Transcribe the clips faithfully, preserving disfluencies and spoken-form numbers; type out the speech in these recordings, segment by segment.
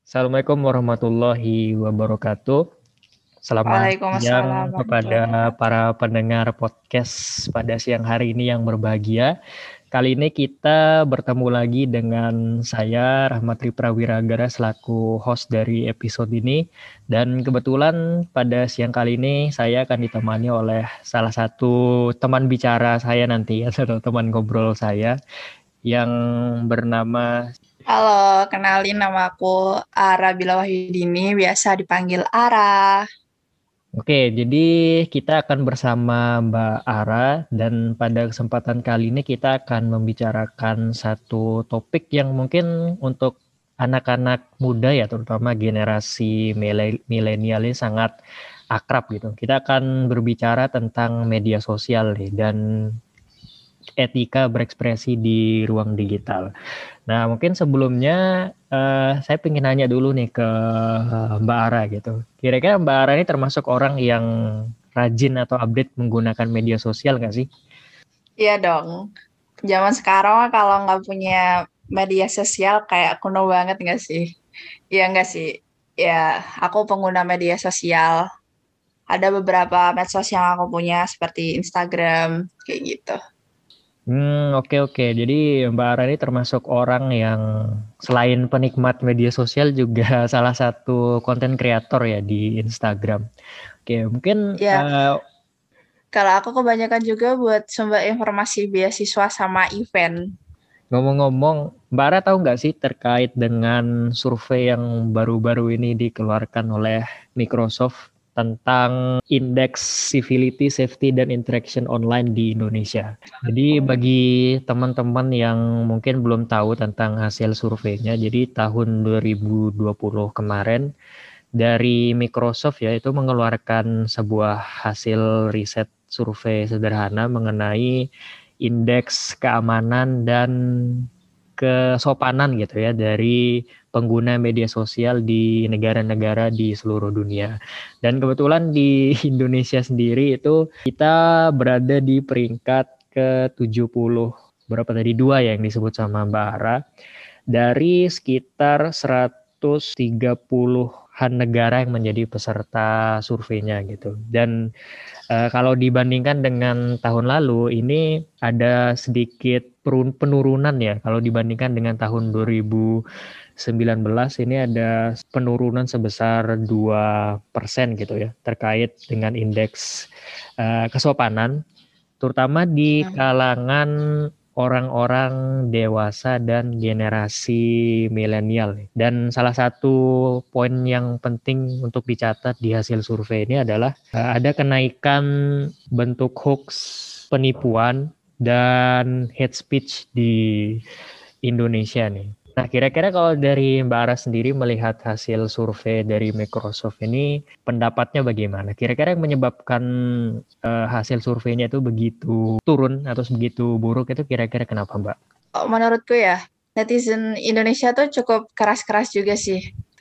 Assalamualaikum warahmatullahi wabarakatuh. Selamat Waalaikumsalam siang warahmatullahi kepada wabarakatuh. para pendengar podcast pada siang hari ini yang berbahagia. Kali ini kita bertemu lagi dengan saya Rahmatri Prawiragara selaku host dari episode ini. Dan kebetulan pada siang kali ini saya akan ditemani oleh salah satu teman bicara saya nanti atau teman ngobrol saya yang bernama. Halo, kenalin nama aku Ara Bila Wahyudini, biasa dipanggil Ara. Oke, jadi kita akan bersama Mbak Ara dan pada kesempatan kali ini kita akan membicarakan satu topik yang mungkin untuk anak-anak muda ya, terutama generasi mile- milenial ini sangat akrab gitu. Kita akan berbicara tentang media sosial nih dan etika berekspresi di ruang digital. Nah, mungkin sebelumnya eh, saya pengen nanya dulu nih ke eh, Mbak Ara gitu. Kira-kira Mbak Ara ini termasuk orang yang rajin atau update menggunakan media sosial nggak sih? Iya dong, zaman sekarang mah kalau nggak punya media sosial kayak kuno banget nggak sih? Iya nggak sih? Ya, aku pengguna media sosial. Ada beberapa medsos yang aku punya seperti Instagram, kayak gitu. Hmm, oke oke. Jadi Mbak Ara ini termasuk orang yang selain penikmat media sosial juga salah satu konten kreator ya di Instagram. Oke, mungkin Ya, eh, kalau aku kebanyakan juga buat sumber informasi beasiswa sama event. ngomong-ngomong, Mbak Ara tahu nggak sih terkait dengan survei yang baru-baru ini dikeluarkan oleh Microsoft tentang indeks civility, safety, dan interaction online di Indonesia. Jadi bagi teman-teman yang mungkin belum tahu tentang hasil surveinya, jadi tahun dua ribu dua puluh kemarin dari Microsoft ya itu mengeluarkan sebuah hasil riset survei sederhana mengenai indeks keamanan dan kesopanan gitu ya dari pengguna media sosial di negara-negara di seluruh dunia. Dan kebetulan di Indonesia sendiri itu kita berada di peringkat ke tujuh puluh berapa tadi dua ya yang disebut sama Mbak Ara dari sekitar seratus tiga puluhan negara yang menjadi peserta surveinya gitu. Dan Uh, kalau dibandingkan dengan tahun lalu, ini ada sedikit penurunan ya. Kalau dibandingkan dengan tahun dua ribu sembilan belas, ini ada penurunan sebesar dua persen gitu ya, terkait dengan indeks uh, kesopanan, terutama di kalangan orang-orang dewasa dan generasi milenial. Dan salah satu poin yang penting untuk dicatat di hasil survei ini adalah uh, ada kenaikan bentuk hoax, penipuan, dan hate speech di Indonesia nih. Nah, kira-kira kalau dari Mbak Ara sendiri melihat hasil survei dari Microsoft ini, pendapatnya bagaimana? Kira-kira yang menyebabkan uh, hasil surveinya itu begitu turun atau begitu buruk itu kira-kira kenapa, Mbak? Menurutku ya, netizen Indonesia tuh cukup keras-keras juga sih.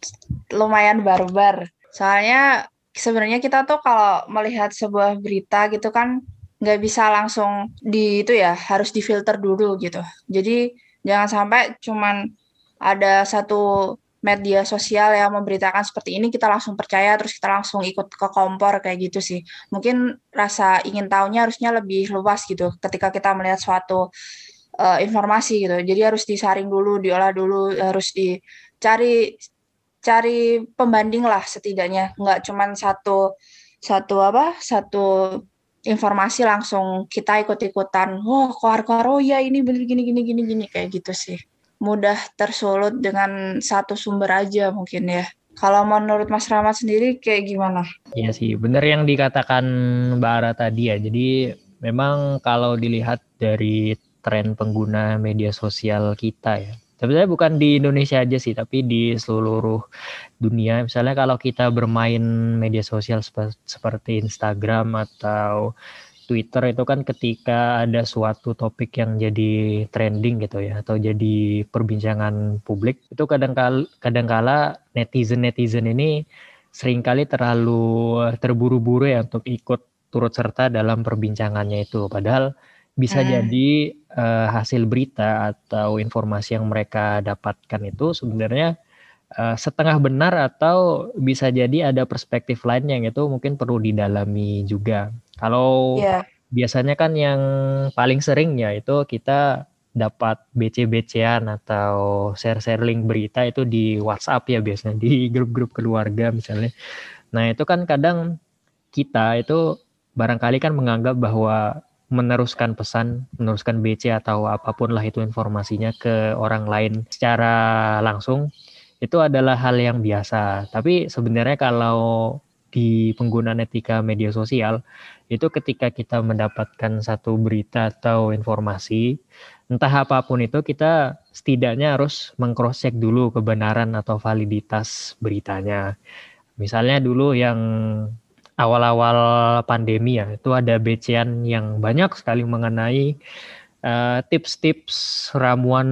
Lumayan barbar. Soalnya sebenarnya kita tuh kalau melihat sebuah berita gitu kan nggak bisa langsung di itu ya, harus difilter dulu gitu. Jadi jangan sampai cuman ada satu media sosial yang memberitakan seperti ini kita langsung percaya terus kita langsung ikut ke kompor kayak gitu sih. Mungkin rasa ingin tahunya harusnya lebih luas gitu ketika kita melihat suatu uh, informasi gitu. Jadi harus disaring dulu, diolah dulu, harus dicari cari pembanding lah setidaknya. Nggak cuman satu satu apa satu informasi langsung kita ikut-ikutan. Wah, keluar-keluar, oh ya ini bener gini gini gini gini kayak gitu sih. Mudah tersulut dengan satu sumber aja mungkin ya. Kalau menurut Mas Rahmat sendiri kayak gimana? Iya sih, benar yang dikatakan Mbak Ara tadi ya. Jadi memang kalau dilihat dari tren pengguna media sosial kita ya. Sebenarnya bukan di Indonesia aja sih, tapi di seluruh dunia. Misalnya kalau kita bermain media sosial sep- seperti Instagram atau Twitter itu kan ketika ada suatu topik yang jadi trending gitu ya atau jadi perbincangan publik itu kadang-kala kadang-kala netizen-netizen ini seringkali terlalu terburu-buru ya untuk ikut turut serta dalam perbincangannya itu. Padahal bisa Hmm, jadi eh, hasil berita atau informasi yang mereka dapatkan itu sebenarnya uh, setengah benar atau bisa jadi ada perspektif lain yang itu mungkin perlu didalami juga. Kalau Iya. biasanya kan yang paling sering ya itu kita dapat B C B C-an atau share-share link berita itu di WhatsApp ya biasanya, di grup-grup keluarga misalnya. Nah itu kan kadang kita itu barangkali kan menganggap bahwa meneruskan pesan, meneruskan B C atau apapun lah itu informasinya ke orang lain secara langsung, itu adalah hal yang biasa. Tapi sebenarnya kalau di penggunaan etika media sosial, itu ketika kita mendapatkan satu berita atau informasi, entah apapun itu, kita setidaknya harus meng-cross check dulu kebenaran atau validitas beritanya. Misalnya dulu yang awal-awal pandemi ya, itu ada B C-an yang banyak sekali mengenai uh, tips-tips ramuan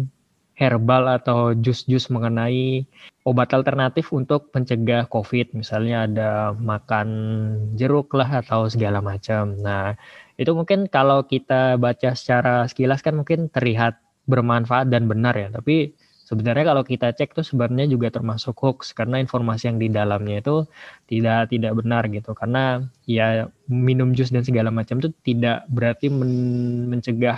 herbal atau jus-jus mengenai obat alternatif untuk mencegah COVID. Misalnya ada makan jeruk lah atau segala macam. Nah, itu mungkin kalau kita baca secara sekilas kan mungkin terlihat bermanfaat dan benar ya. Tapi sebenarnya kalau kita cek tuh sebenarnya juga termasuk hoax karena informasi yang di dalamnya itu tidak tidak benar gitu. Karena ya minum jus dan segala macam itu tidak berarti men- mencegah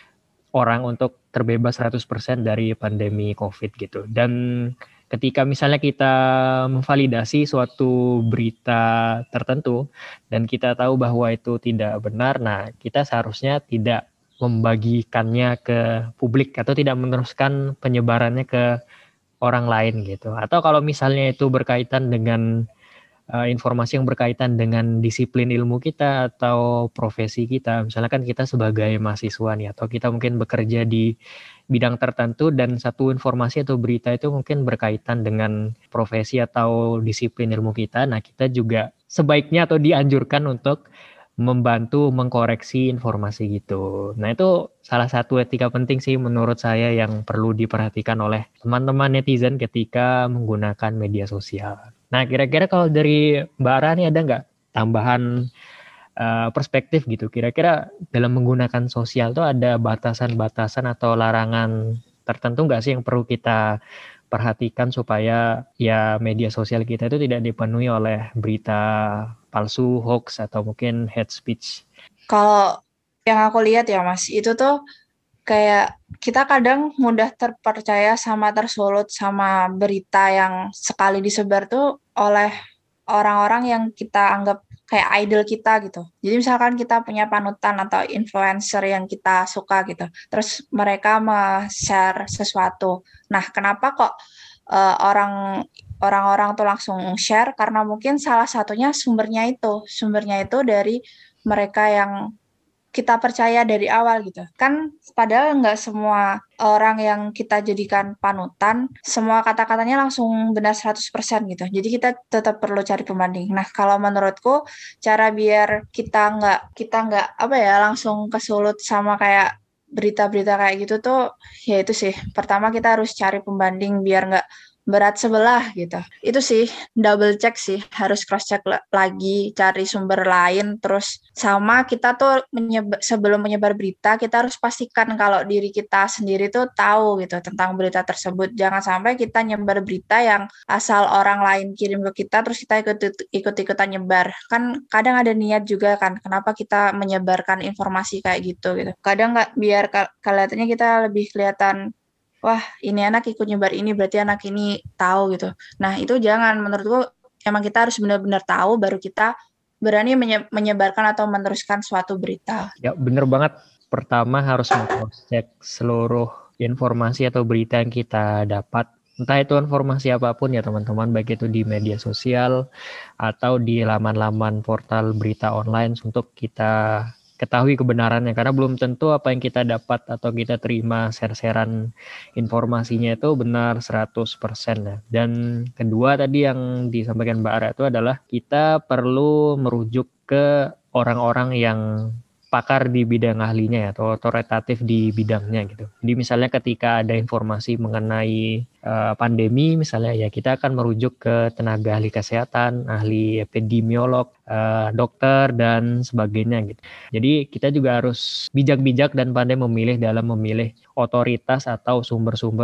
orang untuk terbebas seratus persen dari pandemi COVID gitu. Dan ketika misalnya kita memvalidasi suatu berita tertentu dan kita tahu bahwa itu tidak benar, nah kita seharusnya tidak membagikannya ke publik atau tidak meneruskan penyebarannya ke orang lain gitu. Atau kalau misalnya itu berkaitan dengan uh, informasi yang berkaitan dengan disiplin ilmu kita atau profesi kita. Misalnya kan kita sebagai mahasiswa nih, atau kita mungkin bekerja di bidang tertentu dan satu informasi atau berita itu mungkin berkaitan dengan profesi atau disiplin ilmu kita. Nah, kita juga sebaiknya atau dianjurkan untuk membantu mengkoreksi informasi gitu. Nah, itu salah satu etika penting sih menurut saya yang perlu diperhatikan oleh teman-teman netizen ketika menggunakan media sosial. Nah, kira-kira kalau dari Mbak Ara nih ada nggak tambahan uh, perspektif gitu? Kira-kira dalam menggunakan sosial tuh ada batasan-batasan atau larangan tertentu nggak sih yang perlu kita perhatikan supaya ya media sosial kita itu tidak dipenuhi oleh berita palsu, hoax, atau mungkin hate speech? Kalau yang aku lihat ya Mas, itu tuh kayak kita kadang mudah terpercaya sama tersulut sama berita yang sekali disebar tuh oleh orang-orang yang kita anggap kayak idol kita gitu. Jadi misalkan kita punya panutan atau influencer yang kita suka gitu, terus mereka share sesuatu. Nah, kenapa kok uh, orang orang-orang tuh langsung share? Karena mungkin salah satunya sumbernya itu, sumbernya itu dari mereka yang kita percaya dari awal gitu. Kan padahal nggak semua orang yang kita jadikan panutan, semua kata-katanya langsung benar seratus persen gitu. Jadi kita tetap perlu cari pembanding. Nah, kalau menurutku cara biar kita nggak kita nggak apa ya langsung kesulut sama kayak berita-berita kayak gitu tuh ya itu sih. Pertama kita harus cari pembanding biar nggak berat sebelah gitu. Itu sih double check sih, harus cross check lagi, cari sumber lain, terus sama kita tuh menyeba- sebelum menyebar berita kita harus pastikan kalau diri kita sendiri tuh tahu gitu tentang berita tersebut. Jangan sampai kita nyebar berita yang asal orang lain kirim ke kita terus kita ikut ikut-ikutan nyebar. Kan kadang ada niat juga kan, kenapa kita menyebarkan informasi kayak gitu gitu. Kadang nggak biar kelihatannya kita lebih kelihatan wah ini anak ikut nyebar ini berarti anak ini tahu gitu. Nah itu jangan, menurutku emang kita harus benar-benar tahu baru kita berani menye- menyebarkan atau meneruskan suatu berita. Ya, bener banget. Pertama harus mengcek seluruh informasi atau berita yang kita dapat. Entah itu informasi apapun ya teman-teman, baik itu di media sosial atau di laman-laman portal berita online untuk kita ketahui kebenarannya. Karena belum tentu apa yang kita dapat atau kita terima share-sharean informasinya itu benar seratus persen ya. Dan kedua tadi yang disampaikan Mbak Ara itu adalah kita perlu merujuk ke orang-orang yang pakar di bidang ahlinya ya, atau otoritatif di bidangnya gitu. Jadi misalnya ketika ada informasi mengenai uh, pandemi misalnya ya kita akan merujuk ke tenaga ahli kesehatan, ahli epidemiolog, uh, dokter dan sebagainya gitu. Jadi kita juga harus bijak-bijak dan pandai memilih dalam memilih otoritas atau sumber-sumber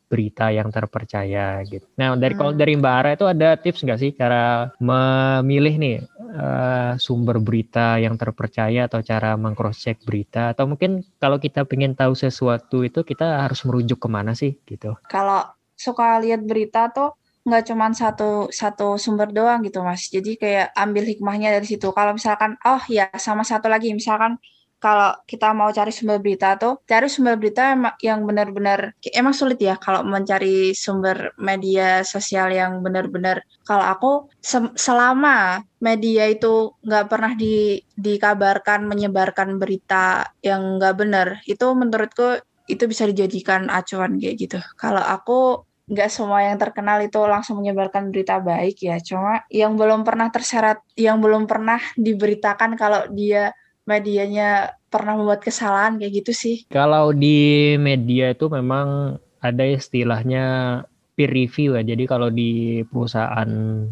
berita yang terpercaya gitu. Nah, dari kalau Hmm. dari Mbak Ara itu ada tips nggak sih cara memilih nih uh, sumber berita yang terpercaya atau cara meng-cross check berita, atau mungkin kalau kita pengen tahu sesuatu itu kita harus merujuk kemana sih gitu? Kalau suka lihat berita tuh nggak cuman satu satu sumber doang gitu Mas. Jadi kayak ambil hikmahnya dari situ. Kalau misalkan, oh ya sama satu lagi, misalkan kalau kita mau cari sumber berita tuh, cari sumber berita ema- yang benar-benar, emang sulit ya kalau mencari sumber media sosial yang benar-benar. Kalau aku sem- selama media itu nggak pernah di, dikabarkan menyebarkan berita yang nggak benar, itu menurutku itu bisa dijadikan acuan kayak gitu. Kalau aku nggak semua yang terkenal itu langsung menyebarkan berita baik ya. Cuma yang belum pernah terseret, yang belum pernah diberitakan kalau dia medianya pernah membuat kesalahan kayak gitu sih. Kalau di media itu memang ada istilahnya peer review ya. Jadi kalau di perusahaan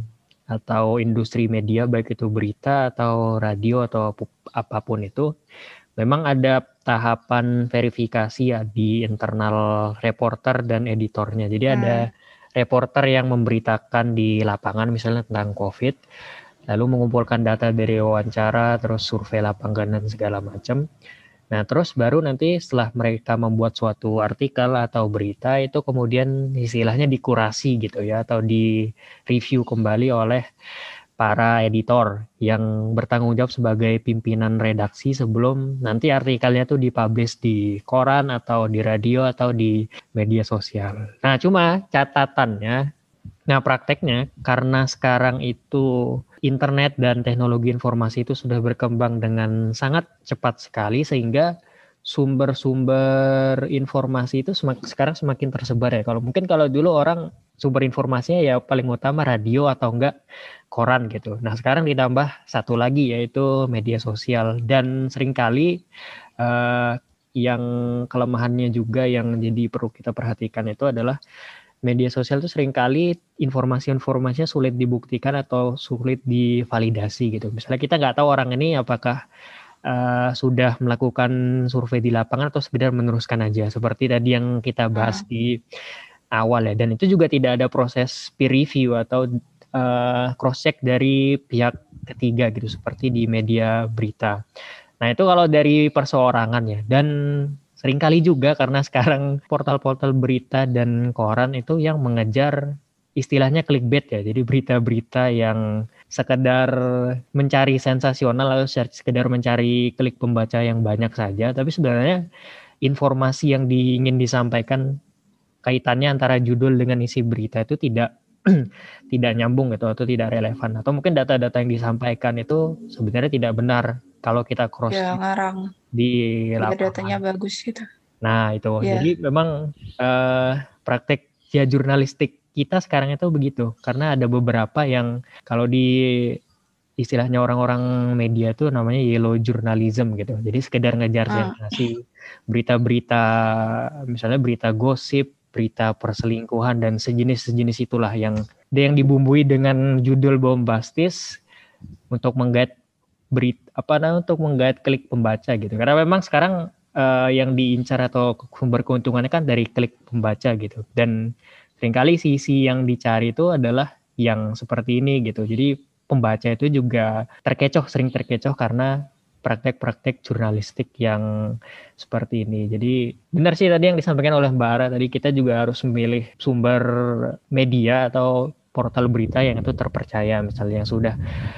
atau industri media, baik itu berita atau radio atau apapun itu, memang ada tahapan verifikasi ya di internal reporter dan editornya. Jadi ada Hmm. reporter yang memberitakan di lapangan misalnya tentang COVID, lalu mengumpulkan data dari wawancara, terus survei lapangan dan segala macam. Nah, terus baru nanti setelah mereka membuat suatu artikel atau berita itu kemudian istilahnya dikurasi gitu ya, atau di review kembali oleh para editor yang bertanggung jawab sebagai pimpinan redaksi sebelum nanti artikelnya tuh dipublish di koran atau di radio atau di media sosial. Nah, cuma catatannya, nah prakteknya karena sekarang itu internet dan teknologi informasi itu sudah berkembang dengan sangat cepat sekali sehingga sumber-sumber informasi itu semak, sekarang semakin tersebar ya. Kalau mungkin kalau dulu orang sumber informasinya ya paling utama radio atau enggak koran gitu. Nah, sekarang ditambah satu lagi yaitu media sosial, dan seringkali eh, yang kelemahannya juga yang jadi perlu kita perhatikan itu adalah media sosial itu seringkali informasi-informasinya sulit dibuktikan atau sulit divalidasi gitu. Misalnya kita nggak tahu orang ini apakah uh, sudah melakukan survei di lapangan atau sekedar meneruskan aja. Seperti tadi yang kita bahas Hmm. di awal ya. Dan itu juga tidak ada proses peer review atau uh, cross check dari pihak ketiga gitu seperti di media berita. Nah, itu kalau dari perseorangan ya. Dan seringkali juga karena sekarang portal-portal berita dan koran itu yang mengejar istilahnya clickbait ya. Jadi berita-berita yang sekedar mencari sensasional atau sekedar mencari klik pembaca yang banyak saja, tapi sebenarnya informasi yang diingin disampaikan kaitannya antara judul dengan isi berita itu tidak tidak nyambung gitu atau tidak relevan, atau mungkin data-data yang disampaikan itu sebenarnya tidak benar kalau kita cross Ya check ngarang, di biar datanya lapangan. bagus gitu. Nah, itu. Ya. Jadi memang eh, praktek ya jurnalistik kita sekarang itu begitu. Karena ada beberapa yang kalau di istilahnya orang-orang media tuh namanya yellow journalism gitu. Jadi sekedar ngejar Hmm. sensasi, berita-berita misalnya berita gosip, berita perselingkuhan dan sejenis-sejenis itulah yang yang dibumbui dengan judul bombastis untuk menggait berit apa namanya untuk menggait klik pembaca gitu. Karena memang sekarang uh, yang diincar atau sumber keuntungannya kan dari klik pembaca gitu. Dan seringkali sisi yang dicari itu adalah yang seperti ini gitu. Jadi pembaca itu juga terkecoh, sering terkecoh karena praktek-praktek jurnalistik yang seperti ini. Jadi benar sih tadi yang disampaikan oleh Mbak Ara tadi, kita juga harus memilih sumber media atau portal berita yang itu terpercaya, misalnya yang sudah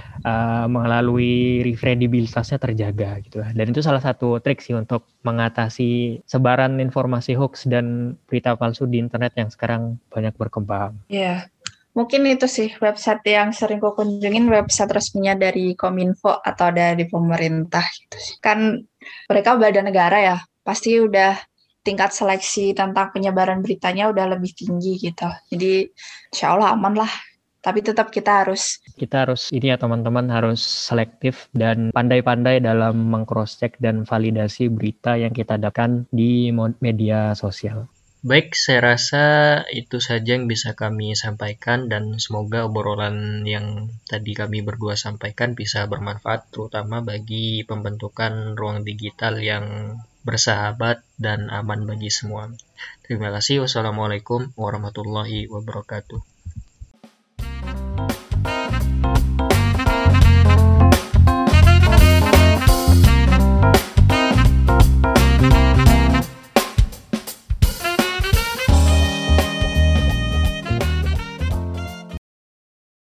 uh, melalui kredibilitasnya terjaga gitu. Dan itu salah satu trik sih untuk mengatasi sebaran informasi hoax dan berita palsu di internet yang sekarang banyak berkembang. Ya. Mungkin itu sih website yang sering ku kunjungin, website resminya dari Kominfo atau dari pemerintah gitu sih. Kan mereka badan negara ya, pasti udah tingkat seleksi tentang penyebaran beritanya udah lebih tinggi gitu. Jadi insya Allah aman lah. Tapi tetap kita harus Kita harus ini ya teman-teman, harus selektif dan pandai-pandai dalam meng-cross check dan validasi berita yang kita dapatkan di media sosial. Baik, saya rasa itu saja yang bisa kami sampaikan dan semoga obrolan yang tadi kami berdua sampaikan bisa bermanfaat terutama bagi pembentukan ruang digital yang bersahabat, dan aman bagi semua. Terima kasih. Wassalamualaikum warahmatullahi wabarakatuh.